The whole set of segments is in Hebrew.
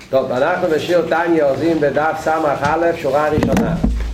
טוב, אנחנו בשיר תניא עוזים בדף סמך א', שורה ראשונה.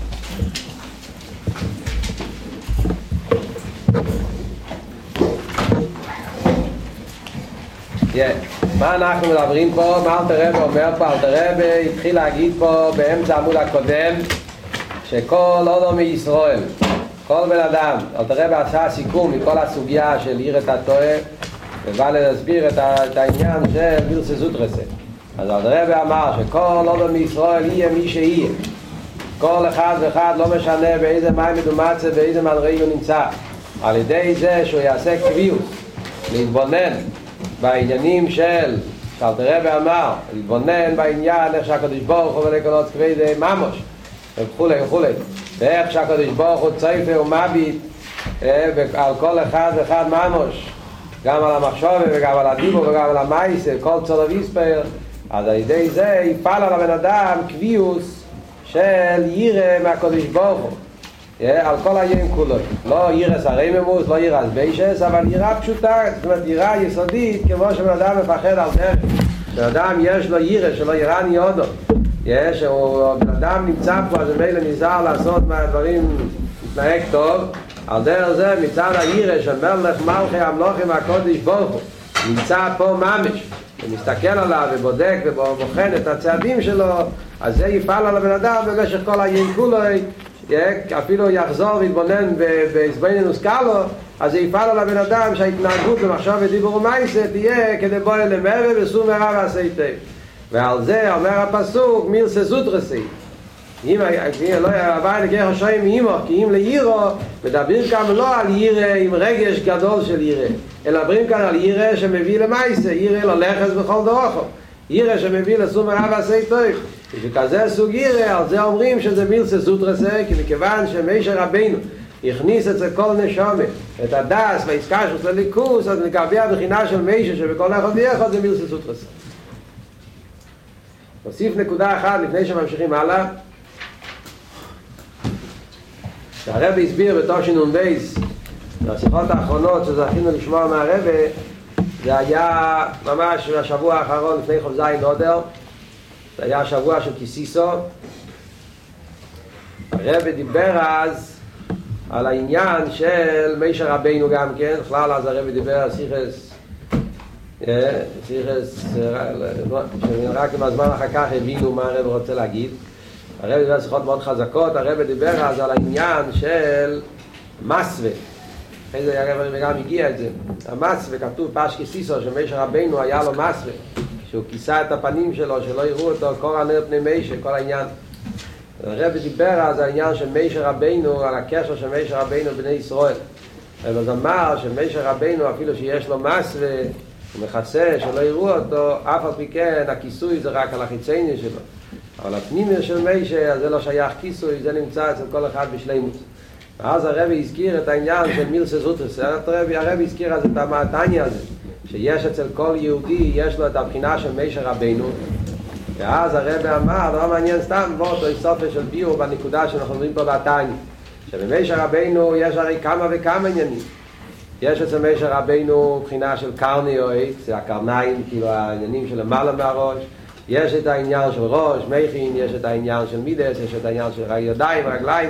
מה אנחנו מדברים פה? מה אלתר רבי אומר פה? אלתר רבי התחיל להגיד פה באמצע העמוד הקודם שכל אדם מישראל, כל בן אדם, אלתר רבי עשה סיכום מכל הסוגיה של עיר את הטועה ובא להסביר את העניין של בירסה זוטרסה. אז אלתר רבי אמר שכל אדם מישראל יהיה מי שיהיה, כל אחד ואחד, לא משנה באיזה מים מדומצה, באיזה מדרג הוא נמצא, על ידי זה שהוא יעשה קביעות, להתבונן בעניינים של שאלתר רבי אמר, להתבונן בעניין איך שהקדוש ברוך הוא ולכל עוד כבדי ממש וכולי וכולי, ואיך שהקדוש ברוך הוא צופה ומביט על כל אחד ואחד ממש, גם על המחשבה וגם על הדיבור וגם על המייסה, כל צור ויספר. אז על ידי זה יפעל על הבן אדם קביעוס של יראה מהקדוש ברוך הוא על כל העניין כולו, לא ירס הרממוס, לא ירס ביישס, אבל יראה פשוטה, זאת אומרת יראה יסודית, כמו שבן אדם מפחד על דרך. בן אדם יש לו יראה שלא יראה ניודו, בן אדם נמצא פה, אז מילא נזהר לעשות מהדברים, להתנהג טוב, על דרך זה מצד היראה של מלך מלכי המלוכים הקודש ברוך הוא נמצא פה ממש, ומסתכל עליו ובודק ובוחן את הצעדים שלו, אז זה יפעל על הבן אדם במשך כל העניין כולו, אפילו יחזור ויתבונן בהסבינינוס קלו, אז זה יפעל על הבן אדם שההתנהגות במחשב ודיבור ומייסה תהיה כדי בוא למרא וסור מרע ועשה טוב. ועל זה אומר הפסוק מילסה זוטרסה, לא הבא לקח השויים מאימו, כי אם לירו מדברים כאן לא על ירא עם רגש גדול של ירא, אלא מדברים כאן על ירא שמביא למייסה, ירא לא לחס בכל דרכו, ירא שמביא לסור מרע ועשה טוב. וכזה סוג ירא, על זה אומרים שזה מילסה זוטרסה, כי מכיוון שמשה רבינו הכניס אצל כל נשמה את הדס והאיסקשוס לליכוס, אז מקבע בחינה של משה שבכל אחד ואחד זה מילסה זוטרסה. נוסיף נקודה אחת לפני שממשיכים הלאה, שהרבי הסביר בתשנ"ב בשיחות האחרונות שזכינו לשמוע מהרבי, זה היה ממש בשבוע האחרון לפני חוב זין אודר, זה היה שבוע של כיסיסו. הרבי דיבר אז על העניין של משה רבינו גם כן, בכלל אז הרבי דיבר על סיכס שרק בזמן אחר כך הבינו מה הרבי רוצה להגיד. הרבי דיבר על שיחות מאוד חזקות, הרבי דיבר אז על העניין של מסווה, אחרי זה הרבי גם הגיע את זה, המסווה, כתוב פש כיסיסו שמשה רבינו היה לו מסווה, שהוא כיסה את הפנים שלו, שלא יראו אותו כל הנר פני משה, כל העניין. הרבי דיבר אז על העניין של משה רבינו, על הקשר של משה רבינו בני ישראל. הרבי אמר שמשה רבינו אפילו שיש לו מסווה, הוא מכסה שלא יראו אותו, אף על פי כן הכיסוי זה רק על החיצייני שלו. אבל הפנימי של משה, זה לא שייך כיסוי, זה נמצא אצל כל אחד בשלימות. ואז הרבי הזכיר את העניין של מילסה זוטרסה. הרבי הזכיר אז את המתניה הזה, שיש אצל כל יהודי, יש לו את הבחינה של משה רבינו. ואז הרבי אמר, לא מעניין סתם, בוא אותו סופה של ביור בנקודה שאנחנו אומרים פה בתניא, שבמשה רבינו יש הרי כמה וכמה עניינים. יש אצל משה רבינו בחינה של קרני או עץ, זה הקרניים, כאילו העניינים של למעלה מהראש. יש את העניין של ראש, מכין, יש את העניין של מידס, יש את העניין של ידיים, רגליים,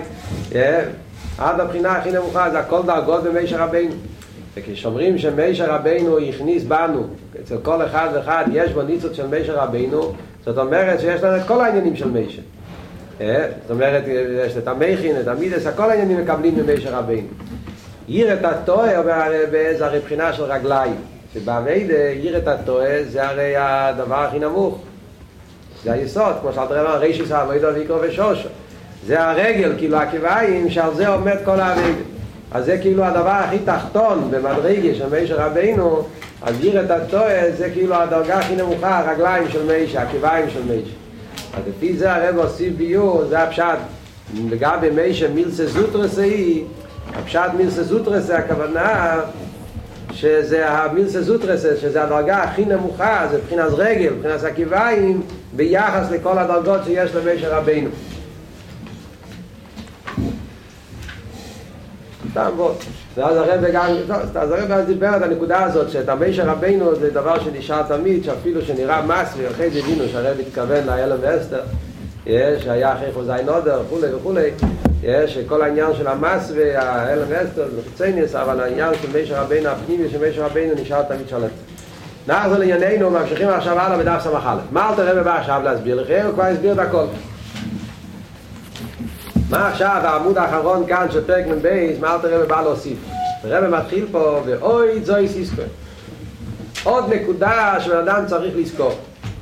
עד הבחינה הכי נמוכה, זה הכל דרגות במשה רבינו. וכשאומרים שמשה רבינו הכניס בנו, אצל כל אחד ואחד יש בו ניצוץ של משה רבינו, זאת אומרת שיש לנו את כל העניינים של משה. זאת אומרת, יש את המכין, את המידס, כל העניינים מקבלים ממשה רבינו. ירא את הטועה, אומר הרבי, זה הרי בחינה של רגליים. שבאמיידה, ירא את הטועה, זה הרי הדבר הכי נמוך. זה היסוד, כמו שאלתר רבי אמר, רישיס האבוידו ויקרו ושושו. זה הרגל, כאילו הכיוונים, שעל זה עומד כל האבוידו. אז זה כאילו הדבר הכי תחתון במדרגה של משה רבינו, אז ירא את הטועה, זה כאילו הדרגה הכי נמוכה, הרגליים של משה, הכיוונים של משה. אז לפי זה הרבי הוסיף ביור, זה הפשט. לגבי משה מילסה זוטרסה היא, הפשט מילסה זוטרסה, הכוונה שזה המילסה זוטרסה, שזה הדרגה הכי נמוכה, זה מבחינת רגל, מבחינת הכיוונים, ביחס לכל הדרגות שיש למשה רבינו. סתם בוא. ואז הרב גם, אז הרב אז דיבר את הנקודה הזאת, שאת משה רבינו זה דבר שנשאר תמיד, שאפילו שנראה מסווי, אחרי זה הבינו שהרב התכוון להלם ואסתר, שהיה אחרי חוזי נודר וכולי, שכל העניין של המסווי, ההלם ואסתר, זה חיצוניוס, אבל העניין של משה רבינו, הפנימי של משה רבינו נשאר תמיד שלם. נחזור לענייננו, ממשיכים עכשיו הלאה בדף סמך א'. מה אל תראה בא עכשיו להסביר לכם? הוא כבר הסביר את הכל. מה עכשיו העמוד האחרון כאן של פרק מבייס, מה אל תראה בא להוסיף? הרב מתחיל פה ואוי זוי סיסקו. עוד נקודה שבן אדם צריך לזכור.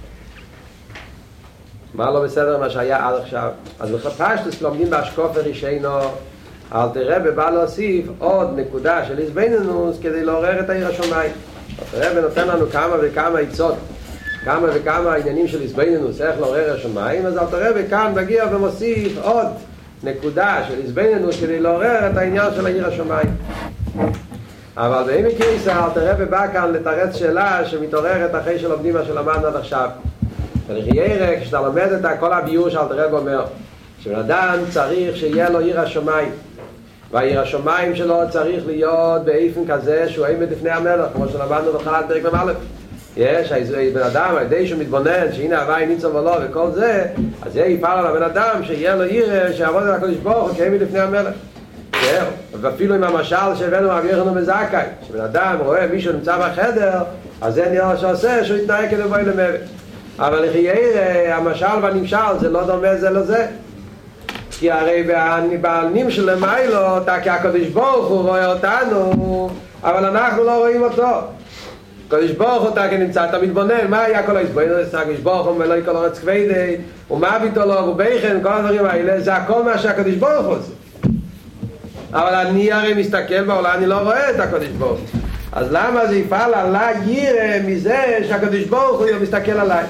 מה לא בסדר מה שהיה עד עכשיו? אז בפשטוס לומדים בהשקוף הראשינו, אל תראה בא להוסיף עוד נקודה של איזבנינוס כדי לעורר את העיר השמיים. הרב נותן לנו כמה וכמה עצות, כמה וכמה עניינים של איזבנינוס, איך לעורר השמיים, אז הרב כאן מגיע ומוסיף עוד נקודה של איזבנינוס כדי לעורר את העניין של העיר השמיים. אבל בעמק יסר הרב בא כאן לתרץ שאלה שמתעוררת אחרי שלומדים מה שלמדנו עד עכשיו. ולחיירה, כשאתה לומד את כל הביור שהרב אומר, שבן אדם צריך שיהיה לו עיר השמיים, והעיר השמיים שלו צריך להיות באופן כזה שהוא עומד לפני המלך, כמו שלמדנו בתחילת פרק מ"א. יש בן אדם, על ידי שהוא מתבונן שהנה הווי ניצוב ולא וכל זה, אז יהיה יפעל על הבן אדם שיהיה לו עיר שיעבוד על הקדוש ברוך הוא כעומד לפני המלך. ואפילו עם המשל שהבאנו רבי יוחנן בן זכאי, שבן אדם רואה מישהו נמצא בחדר, אז זה נראה שעושה שהוא יתנהג כדי לבוא למוות. אבל לחיירה, המשל והנמשל זה לא דומה זה לזה. כי הרי בעלמים של למיילו, כי הקדוש ברוך הוא רואה אותנו, אבל אנחנו לא רואים אותו. הקדוש ברוך הוא כי נמצא, אתה מתבונן, מה היה כל ההסבוינוס? הקדוש ברוך הוא מלא כל ארץ כבדי, הוא מביט לו, הוא בייכן, כל הדברים האלה, זה הכל מה שהקדוש ברוך הוא עושה. אבל אני הרי מסתכל בעולם, אני לא רואה את הקדוש ברוך הוא. אז למה זה יפעל עליי יראה מזה שהקדוש ברוך הוא מסתכל עליי?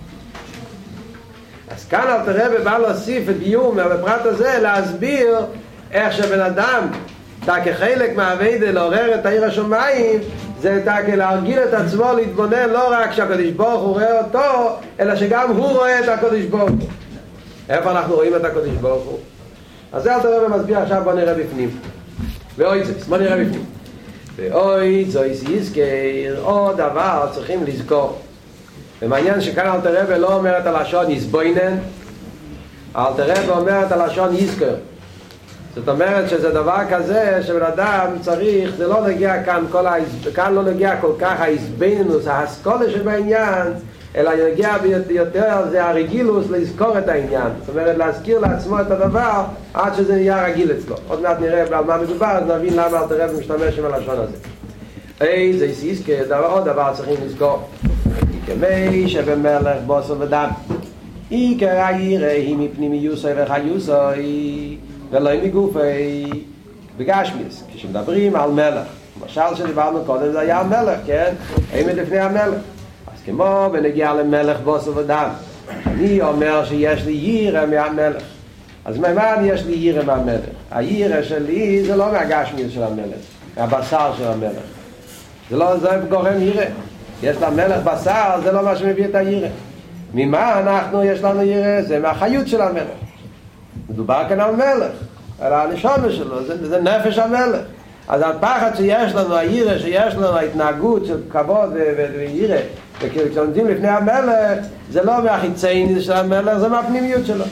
אז כאן אל תראה ובא להוסיף את ביור מהפרט הזה להסביר איך שבן אדם כחלק מהעבודה לעורר את העיר השמיים זה להרגיל את עצמו להתבונן לא רק שהקדוש ברוך הוא רואה אותו אלא שגם הוא רואה את הקדוש ברוך הוא. איפה אנחנו רואים את הקדוש ברוך הוא? אז זה אל תראה ומסביר עכשיו. בוא נראה בפנים ואוי זה, בוא נראה בפנים ואוי זו יזכר עוד דבר צריכים לזכור. ומעניין שכאן אל תראה ולא אומרת הלשון יסבוינן, אל תראה ואומרת הלשון יזכר. זאת אומרת שזה דבר כזה שבן אדם צריך, זה לא נגיע כאן, כאן לא נגיע כל כך ההסבינינוס, ההסכולה שבעניין, אלא נגיע ביותר זה הרגילוס לזכור את העניין. זאת אומרת להזכיר לעצמו את הדבר עד שזה נהיה רגיל אצלו. עוד מעט נראה על מה מדובר, אז נבין למה אל תראה ומשתמש עם הלשון הזה. זה יזכר, עוד דבר צריכים לזכור. כמי שבמלך בוסו ודם עיקר העיר היא מפנימיוסי וחיוסי ולא מגופי בגשמיס. כשמדברים על מלך, למשל שדיברנו קודם זה היה המלך, כן? עומד לפני המלך. אז כמו בנגיע למלך בוסו ודם אני אומר שיש לי יראה מהמלך. אז מה יש לי יראה מהמלך? היראה שלי זה לא מהגשמיס של המלך, מהבשר של המלך. זה לא זה גורם יראה. יש למלך בשר, זה לא מה שמביא את היראה. ממה אנחנו יש לנו יראה? זה מהחיות של המלך. מדובר כאן על מלך, על הנשמה שלו, זה נפש המלך. אז הפחד שיש לנו, היראה שיש לנו, ההתנהגות של כבוד ויראה, וכשעומדים לפני המלך, זה לא מהחיצייני של המלך, זה מהפנימיות שלו.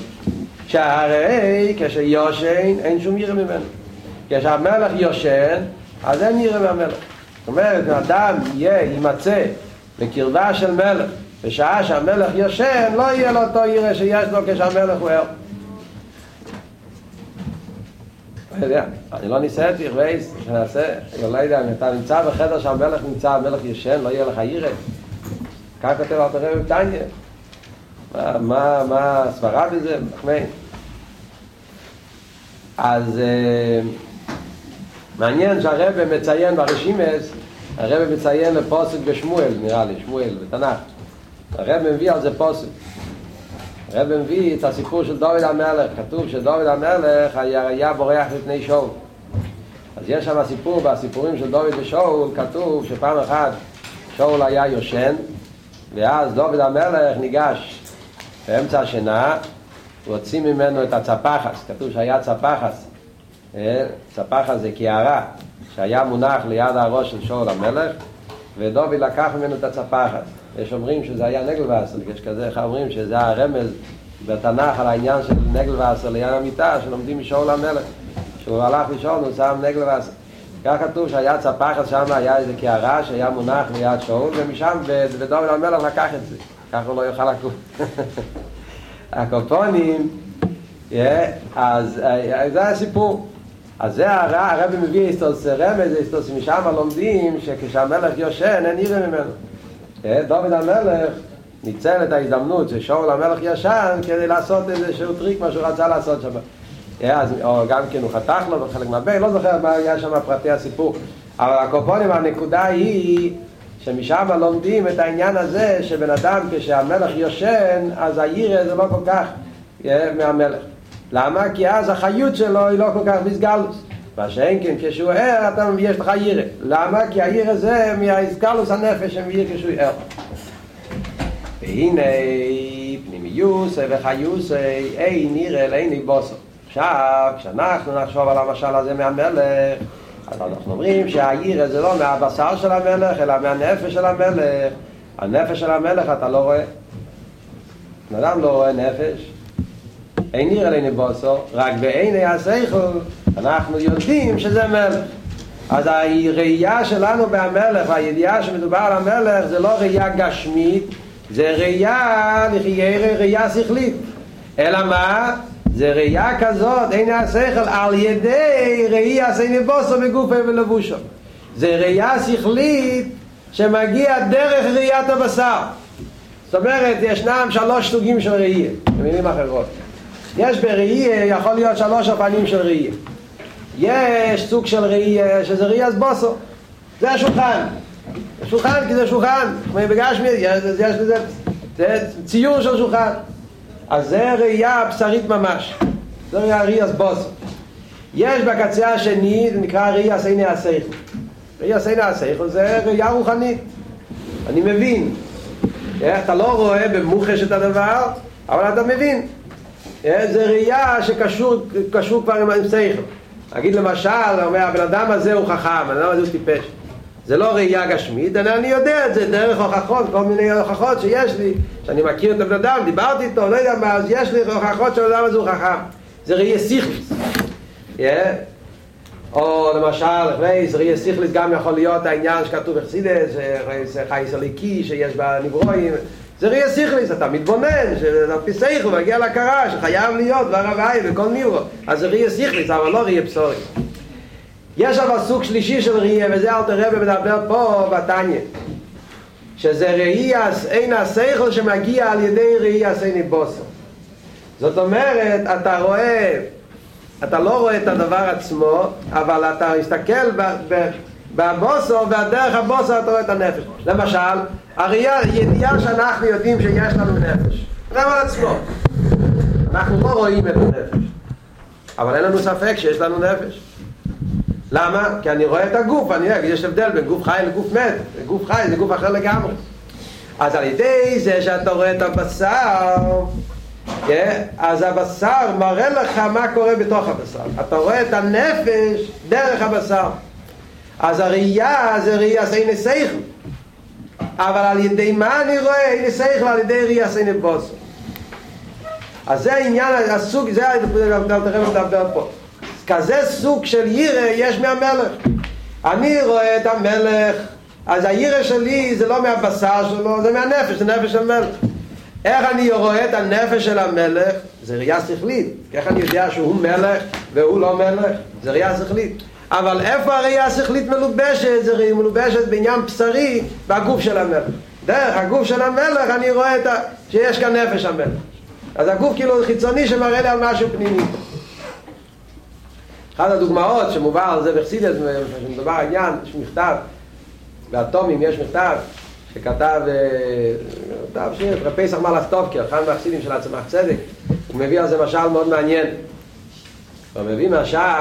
שהרי כשיושן אין שום יראה ממנו. כשהמלך יושן, אז אין יראה מהמלך. זאת אומרת, אדם יימצא בקרבה של מלך בשעה שהמלך יושן, לא יהיה לו אותו יראה שיש לו כשהמלך הוא ער. אני לא ניסיתי, שנעשה, אני לא יודע, אם אתה נמצא בחדר שהמלך נמצא, המלך יושן, לא יהיה לך יראה. כך כותב אל תראה בטניה. מה הסברה בזה? אז מעניין שהרב מציין ברשימס, הרב מציין לפוסק בשמואל, נראה לי, שמואל, בתנ"ך. הרב מביא על זה פוסק. הרב מביא את הסיפור של דוד המלך. כתוב שדוד המלך היה בורח לפני שאול. אז יש שם סיפור, בסיפורים של דוד ושאול, כתוב שפעם אחת שאול היה יושן, ואז דוד המלך ניגש באמצע השינה, הוא הוציא ממנו את הצפחס. כתוב שהיה צפחס צפחת זה קערה שהיה מונח ליד הראש של שאול המלך, ודוד לקח ממנו את הצפחת. יש אומרים שזה היה נגל ועשר, יש כזה איך אומרים שזה הרמז בתנ"ך על העניין של נגל ועשר ליד המיטה שלומדים משאול המלך, שהוא הלך לישון הוא שם נגל ועשר. כך כתוב שהיה צפחת, שם היה איזה קערה שהיה מונח ליד שאול, ומשם ודוד המלך לקח את זה, כך הוא לא יוכל לקום. הקופונים, אז זה הסיפור. אז זה הרבי מביא איסטוס רמז, איסטוס משם לומדים שכשהמלך יושן אין ירא ממנו. דוד המלך ניצל את ההזדמנות ששאול המלך ישן כדי לעשות איזשהו טריק מה שהוא רצה לעשות שם. אז, או גם כן הוא חתך לו בחלק מהבית, לא זוכר מה היה שם פרטי הסיפור. אבל הקופונים, הנקודה היא שמשם לומדים את העניין הזה שבן אדם כשהמלך יושן אז הירא זה לא כל כך מהמלך. למה? כי אז החיות שלו היא לא כל כך בסגלוס. מה שאין כן כשהוא ער אתה יש לך ירא. למה? כי הירא זה מהסגלוס הנפש שמביא כשהוא ער. והנה פנימיוס וחיוס אין ירא לעיני בוסו. עכשיו כשאנחנו נחשוב על המשל הזה מהמלך, אז אנחנו אומרים שהירא זה לא מהבשר של המלך אלא מהנפש של המלך. הנפש של המלך אתה לא רואה. אדם לא רואה נפש, אין נראה לעיני בוסו, רק בעיני השכל אנחנו יודעים שזה מלך. אז הראייה שלנו בהמלך והידיעה שמדובר על המלך זה לא ראייה גשמית, זה ראייה שכלית. אלא מה? זה ראייה כזאת, עיני השכל על ידי ראייה עיני בוסו בגוף ולבושו. זה ראייה שכלית שמגיע דרך ראיית הבשר. זאת אומרת, ישנם 3 סוגים של ראייה, במילים אחרות. יש בראייה, יכול להיות 3 אופנים של ראייה. יש סוג של ראייה, שזה ראייה בוסו. זה השולחן. השולחן כי זה שולחן. כמו בגשמי, יש לזה ציור של שולחן. אז זה ראייה בשרית ממש. זה ראייה בוסו. יש בקצה השני, זה נקרא ראייה עיני השכל. ראייה עיני השכל זה ראייה רוחנית. אני מבין. אתה לא רואה במוחש את הדבר, אבל אתה מבין. זה ראייה שקשור כבר עם שכל. אגיד למשל, אומר, הבן אדם הזה הוא חכם, הבן אדם הזה הוא טיפש. זה לא ראייה גשמית, אני יודע את זה דרך הוכחות, כל מיני הוכחות שיש לי, שאני מכיר את הבן אדם, דיברתי איתו, לא יודע מה, אז יש לי הוכחות שהבן אדם הזה הוא חכם. זה ראייה שכלית. או למשל, ראייה שכלית גם יכול להיות העניין שכתוב בחסידות, חייס אליקי שיש בנברואים. זה ראייה שכלית, אתה מתבונן, שלפי שכל מגיע להכרה, שחייב להיות דבר הוואי וכל נברו. אז זה ראייה שכלית, אבל לא ראייה בשורית. יש אבל סוג שלישי של ראייה, וזה אלתר רבי מדבר פה בתניא, שזה ראייה עין השכל שמגיע על ידי ראייה עיני בוסו. זאת אומרת, אתה לא רואה את הדבר עצמו, אבל אתה מסתכל בבוסו, ודרך הבוסו אתה רואה את הנפש. למשל, הידיעה שאנחנו יודעים שיש לנו נפש, זה על עצמו. אנחנו לא רואים את הנפש, אבל אין לנו ספק שיש לנו נפש. למה? כי אני רואה את הגוף, אני יודע, יש הבדל בין גוף חי לגוף מת. גוף חי זה גוף אחר לגמרי. אז על ידי זה שאתה רואה את הבשר, אז הבשר מראה לך מה קורה בתוך הבשר. אתה רואה את הנפש דרך הבשר. אז הראייה זה ראייה עיני שכל. אבל על ידי מה אני רואה? עיני שכל על ידי ראייה עיני בוסו. אז זה העניין, הסוג, זה מדבר פה. כזה סוג של ירא יש מהמלך. אני רואה את המלך, אז הירא שלי זה לא מהבשר שלו, זה מהנפש, זה נפש של מלך. איך אני רואה את הנפש של המלך? זה ראייה שכלית. איך אני יודע שהוא מלך והוא לא מלך? זה ראייה שכלית. אבל איפה הראייה השכלית מלובשת? זה ראייה מלובשת בעניין בשרי בגוף של המלך. דרך הגוף של המלך אני רואה שיש כאן נפש המלך. אז הגוף כאילו חיצוני שמראה לי על משהו פנימי. אחת הדוגמאות שמובא על זה בחסידות, שמדובר העניין, יש מכתב, באטומים יש מכתב שכתב שיר, פסח מלסטובקר, אחד מהחסידים של הצמח צדק, הוא מביא על זה משל מאוד מעניין. הוא מביא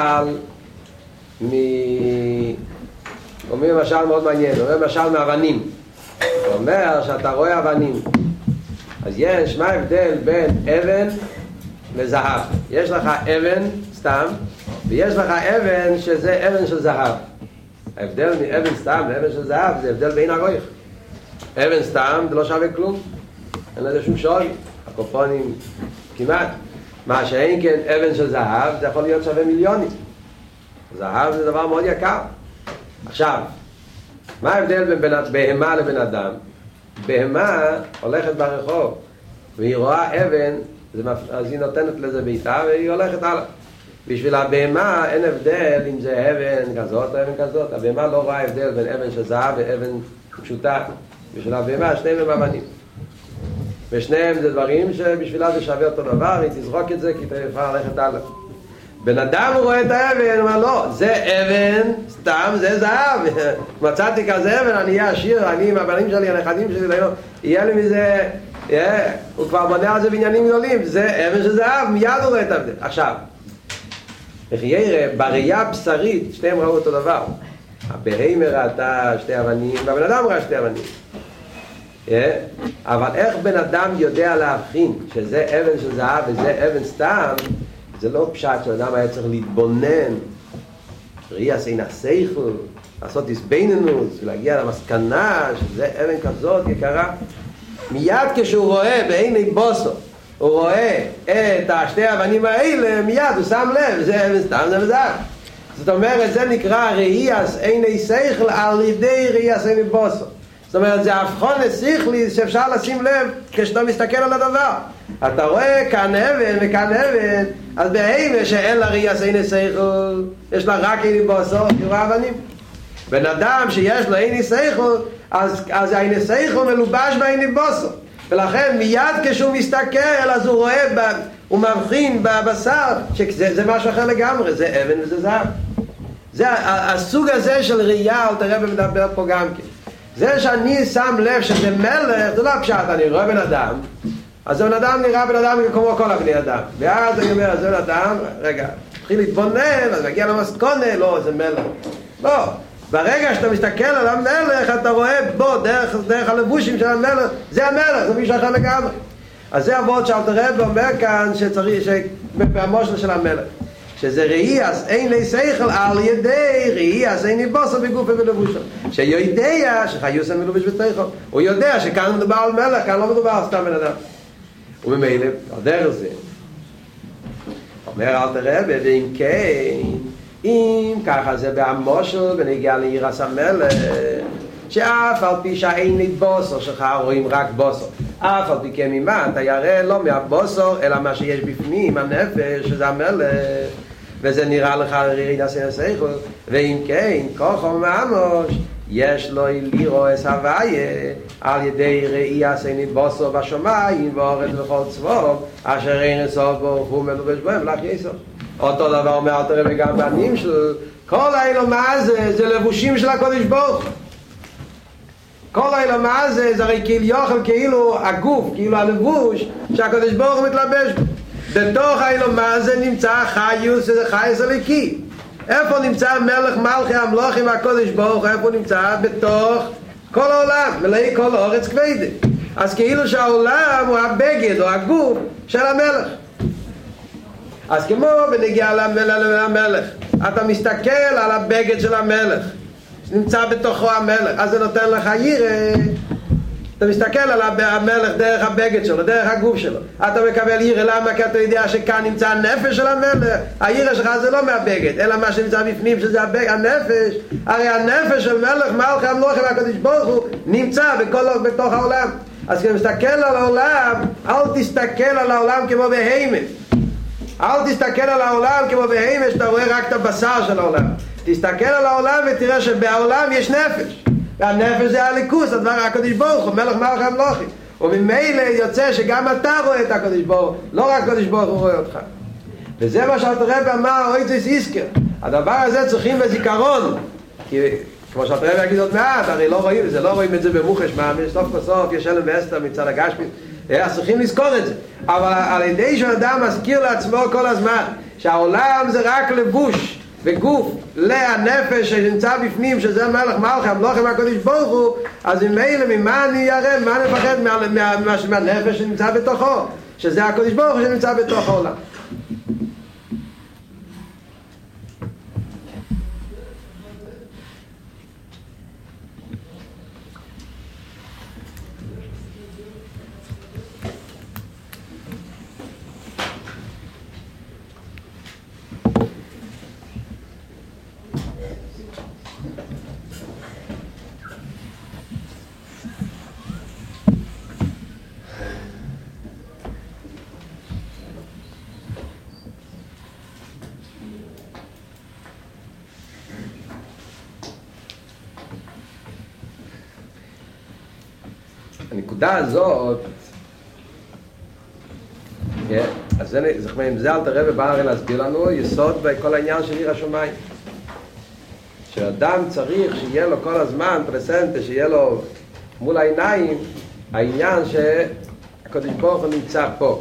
משל מאוד מעניין, הוא אומר משל מאבנים. הוא אומר שאתה רואה אבנים, אז יש מה ההבדל בין אבן לזהב. יש לך אבן סתם, ויש לך אבן שזה אבן של זהב. ההבדל מאבן סתם לאבן של זהב זה הבדל בין הרויך. אבן סתם זה לא שווה כלום, אין לזה שום שווי, הקופונים כמעט. מה שאין כן אבן של זהב זה יכול להיות שווה מיליונים. זהב זה דבר מאוד יקר. עכשיו, מה ההבדל בין בהמה לבן אדם? בהמה הולכת ברחוב והיא רואה אבן, אז היא נותנת לזה בעיטה והיא הולכת הלאה. בשביל הבהמה אין הבדל אם זה אבן כזאת או אבן כזאת. הבהמה לא רואה הבדל בין אבן של זהב ואבן פשוטה. בשביל הבהמה שניהם הם אבנים, ושניהם זה דברים שבשבילה זה שווה אותו דבר, היא תזרוק את זה כי תפעל ללכת הלאה. בן אדם הוא רואה את האבן, הוא אומר לא, זה אבן, סתם זה זהב. מצאתי כזה אבן, אני אהיה עשיר, אני עם הבנים שלי, הנכדים שלי, יהיה לי מזה, הוא כבר בונה על זה בניינים גדולים, זה אבן של זהב, מיד הוא רואה את ההבדל. עכשיו, בראייה בשרית, שניהם ראו אותו דבר. הבהמה ראתה שתי אבנים, והבן אדם ראה שתי אבנים. אבל איך בן אדם יודע להבחין שזה אבן של זהב וזה אבן סתם? זה לא פשט שאדם היה צריך להתבונן, ראייה סין השכל, לעשות הסביננות ולהגיע למסקנה שזה אבן כזאת יקרה. מיד כשהוא רואה בעיני בוסו, הוא רואה את השתי אבנים האלה, מיד הוא שם לב, זה אבן סתם, זה זהב. זאת אומרת, זה נקרא ראייה עיני שכל על ידי ראייה עיני בוסו. זאת אומרת, זה הבחון שכלי שאפשר לשים לב כשאתה מסתכל על הדבר. אתה רואה כאן אבן וכאן אבן, אז בהמה שאין לה ראייה עיני שכל, יש לה רק עיני בוסו, יראה אבנים. בן אדם שיש לו עיני שכל, אז העיני שכל מלובש בעיני בוסו. ולכן מיד כשהוא מסתכל, אז הוא רואה, הוא מבחין בבשר, שזה משהו אחר לגמרי, זה אבן וזה זהב. זה הסוג הזה של ראייה, אל תראה ומדבר פה גם כן. זה שאני שם לב שזה מלך, זה לא פשט, אני רואה בן אדם, אז בן אדם נראה בן אדם כמו כל הבני אדם. ואז אני אומר, זה בן אדם, רגע, התחיל להתבונן, אז מגיע למסקונה, לא, זה מלך. לא, ברגע שאתה מסתכל על המלך, אתה רואה בו, דרך הלבושים של המלך, זה המלך, זה מישהו אחר לגמרי. אז זה עבוד שאלתר רבי אומר כאן, שצריך, בפעמושל של המלך. שזה ראייה עיני שכל על ידי ראייה עיני בוסו בגוף ובלבושו, שיודע שחיוס אין מלובש בתוכו, הוא יודע שכאן מדובר על מלך, כאן לא מדובר על סתם בן אדם. וממילא על דרך זה אומר אלתר רבי, ואם כן, אם ככה זה בהמושל ונגיע ליראת המלך, שאף על פי שהעיני בוסו שלך רואים רק בוסו, אף על פי כן ממה אתה יראה לא מהבוסו אלא מה שיש בפנים, הנפש, שזה המלך, וזה נראה לך ראייה עיני שכל. ואם כן, כוחו ממש יש לו לירוא הוויה על ידי ראייה עיני בוסו בשמיים ואורץ וכל צבאו אשר אין סוף ברוך הוא מלובש בהם לך יסוף. אותו דבר אומר אלתר רבי גם בנים של כל האלומה זה לבושים של הקודש ברוך. כל האלומה זה הרי כאילו הגוף, כאילו הלבוש שהקודש ברוך מתלבש בו. בתוך האלומה זה נמצא חיוס, שזה חייס אלוקי. איפה נמצא מלך מלכי המלוכים והקודש ברוך? איפה נמצא? בתוך כל העולם, מלאי כל אורץ כבדה. אז כאילו שהעולם הוא הבגד או הגוף של המלך. אז כמו בנגיע למלך, אתה מסתכל על הבגד של המלך שנמצא בתוכו המלך, אז זה נותן לך יראה. אתה מסתכל על המלך דרך הבגד שלו, דרך הגוף שלו, אתה מקבל יראה. למה? כי אתה יודע שכאן נמצא הנפש של המלך. היראה שלך זה לא מהבגד, אלא מה שנמצא בפנים, שזה הנפש. הרי הנפש של מלך מלכי המלוכים והקדוש ברוך הוא נמצא בתוך העולם. אז כשאתה מסתכל על העולם, אל תסתכל על העולם כמו בהמה. אל תסתכל על העולם כמו בהמה שאתה רואה רק את הבשר של העולם. תסתכל על העולם ותראה שבעולם יש נפש, והנפש זה הליכוס, הדבר הקדוש ברוך הוא, מלך מלכי המלוכים. וממילא יוצא שגם אתה רואה את הקדוש ברוך הוא, לא רק הקדוש ברוך הוא רואה אותך. וזה מה שאלתר רבי אמר, אויצס איסקר. הדבר הזה צריכים בזיכרון, כי כמו שאלתר רבי יגיד עוד מעט, הרי לא רואים את זה, לא רואים את זה במוחש, סוף בסוף יש אלם ואסתר מצד הגשמית, אז צריכים לזכור את זה. אבל על ידי שאדם מזכיר לעצמו כל הזמן שהעולם זה רק לבוש וגוף לנפש שנמצא בפנים, שזה מלך מלכי המלוכים והקדוש ברוך הוא, אז ממילא ממה אני ירא, ממה אני מפחד? מהנפש שנמצא בתוכו, שזה הקדוש ברוך הוא שנמצא בתוך העולם. בנקודה הזאת, אז זה אל תראה ובא הרי להסביר לנו יסוד בכל העניין של עיר השמיים. שאדם צריך שיהיה לו כל הזמן פרסנטה, שיהיה לו מול העיניים העניין שהקדוש ברוך הוא נמצא פה.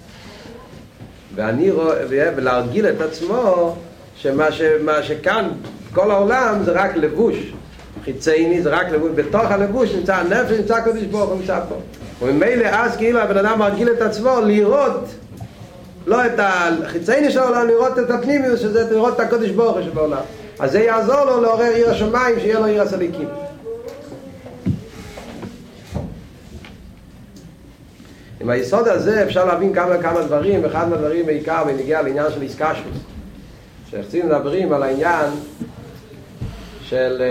ולהרגיל את עצמו שמה שכאן כל העולם זה רק לבוש חיצייני, זה רק לבוש, בתוך הלבוש נמצא הנפש, נמצא הקדוש ברוך הוא נמצא פה. וממילא אז כאילו הבן אדם מרגיל את עצמו לראות לא את החיצייני של העולם, לראות את הפנימיות, שזה לראות את הקדוש ברוך הוא שבעולם. אז זה יעזור לו לעורר עיר השמיים, שיהיה לו עיר הסליקים. עם היסוד הזה אפשר להבין כמה דברים. אחד מהדברים בעיקר בנגיע לעניין של איסקשרוס, שחצים מדברים על העניין של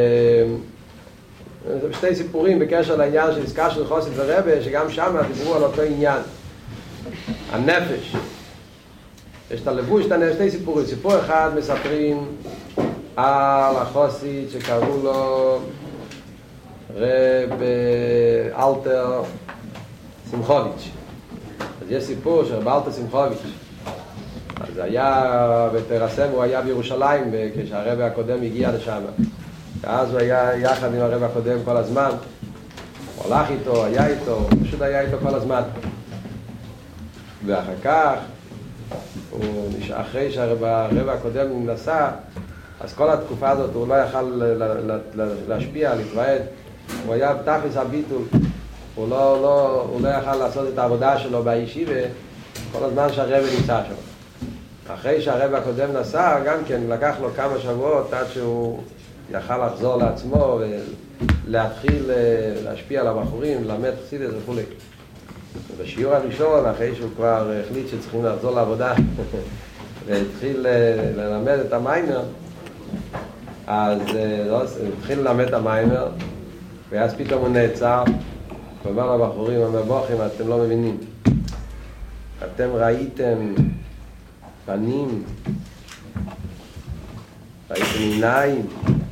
שתי סיפורים בקשר לעניין של איסקשרוס חסיד ורבי, שגם שם דיברו על אותו עניין, הנפש. יש את הלבוש, שתי סיפורים. סיפור אחד מספרים על החסיד שקראו לו רב אלתר שמחוביץ'. אז יש סיפור של רב אלתר שמחוביץ'. אז היה בפרסם, הוא היה בירושלים כשהרב הקודם הגיע לשם. ואז הוא היה יחד עם הרב הקודם כל הזמן. הוא הלך איתו, היה איתו, פשוט היה איתו כל הזמן. ואחר כך, אחרי שהרב הקודם נסע, אז כל התקופה הזאת הוא לא יכל להשפיע, להתוועד. הוא היה בתכלס הביטול. הוא לא יכל לעשות את העבודה שלו בישיבה כל הזמן שהרב נמצא שם. אחרי שהרב הקודם נסע, גם כן לקח לו כמה שבועות עד שהוא יכל לחזור לעצמו ולהתחיל להשפיע על הבחורים, ללמד חסידות וכו'. בשיעור הראשון, אחרי שהוא כבר החליט שצריכים לחזור לעבודה והתחיל ללמד את המיימר, אז התחיל ללמד את המיימר, ואז פתאום הוא נעצר ואומר לבחורים, המבוכים, אתם לא מבינים. אתם ראיתם פנים, ראיתם עיניים,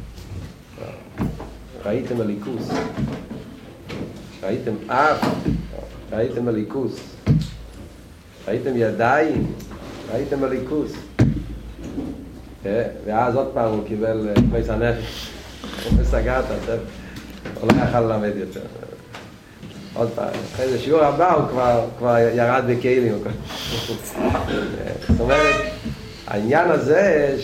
ראיתם הליכוס, ראיתם אף, ראיתם הליכוס, ראיתם ידיים, ראיתם הליכוס. ואז עוד פעם הוא קיבל פייס הנפש, הוא סגר את הספר, הוא לא יכל ללמד יותר. עוד פעם, אחרי זה שיעור הבא הוא כבר ירד בכלים. זאת אומרת, העניין הזה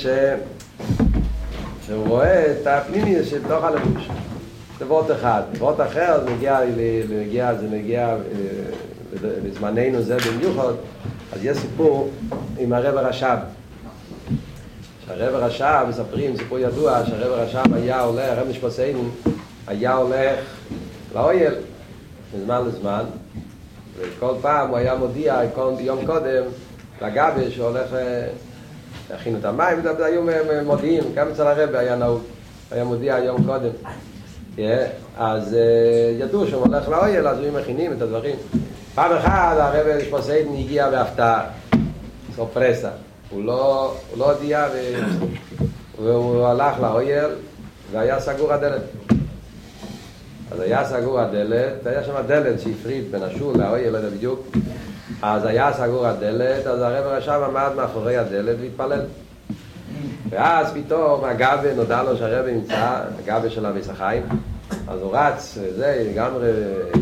שהוא רואה את הפנימיות שבתוך הלבוש. זה וורט אחד. וורט אחר, זה מגיע בזמננו זה במיוחד. אז יש סיפור עם הרב הרש"ב. שהרב הרש"ב, מספרים, סיפור ידוע, שהרב הרש"ב היה הולך, הרב משפסינו, היה הולך לאויל. מזמן לזמן, וכל פעם הוא היה מודיע יום קודם לגבי שהולך להכין את המים, והיו מודיעים, גם אצל הרב היה נהוג, היה מודיע יום קודם. אז ידעו שהוא הולך לאויל, אז היו מכינים את הדברים. פעם אחת הרב משפסיין הגיע בהפתעה, סופרסה. הוא לא הודיע, והוא הלך לאויל, והיה סגור הדלת. אז היה סגור הדלת, היה שם דלת שהפריד בין השול לאויל, לא יודע בדיוק. אז היה סגור הדלת, אז הרב הרש"ב עמד מאחורי הדלת והתפלל. ואז פתאום הגבי, נודע לו שהרב נמצא, הגבי של אביס החיים, אז הוא רץ, זה לגמרי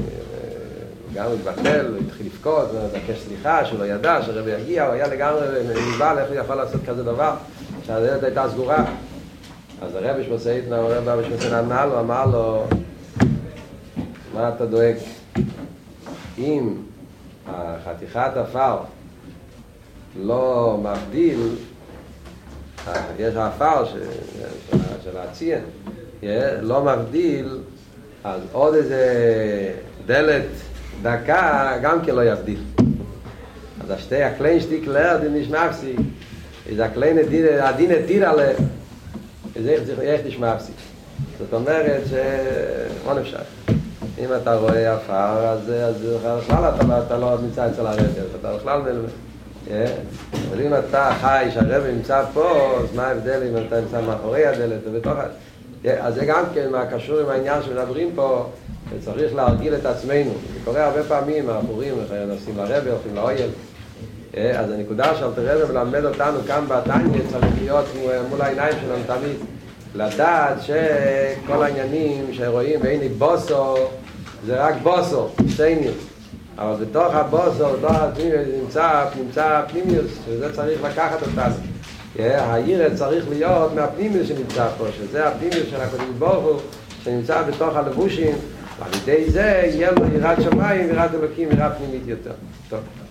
התבטל, התחיל לבכות, לבקש סליחה, שהוא לא ידע שהרב יגיע, הוא היה לגמרי נבהל איך הוא יכול לעשות כזה דבר, שהדלת הייתה סגורה. אז הרב משפסיין אמר לו, מה אתה דואג? אם החתיכת אפר לא מבדיל, יש האפר של הציין, לא מבדיל, אז עוד איזה דלת דקה גם כן לא יבדיל. אז השתי הקליין שתיקלר דין נשמפסי, איזה הקליין הדין התיר עליה, איך נשמפסי. זאת אומרת מה נפשך? אם אתה רואה אפר, אז בכלל אתה לא נמצא אצל הרב, אתה בכלל אבל אם אתה חי שהרב נמצא פה, אז מה ההבדל אם אתה נמצא מאחורי הדלת או בתוך... אז זה גם כן מה קשור עם העניין שמדברים פה, וצריך להרגיל את עצמנו. זה קורה הרבה פעמים, הבחורים נוסעים לרבי, הולכים לאויל. אז הנקודה שאלתר רבי מלמד אותנו כאן בתניא צריך להיות מול העיניים שלנו תמיד. לדעת שכל העניינים שרואים בעיני בוסו זה רק בוסו, סייניוס. אבל בתוך הבוסו, בתוך הפנימיוס נמצא פנימיוס, שזה צריך לקחת אותנו. העיר צריך להיות מהפנימיוס שנמצא פה, שזה הפנימיוס של הקדוש ברוך הוא שנמצא בתוך הלבושים, ועל ידי זה יהיה לו יראת שמיים, יראת אלוקים, יראה פנימית יותר. טוב.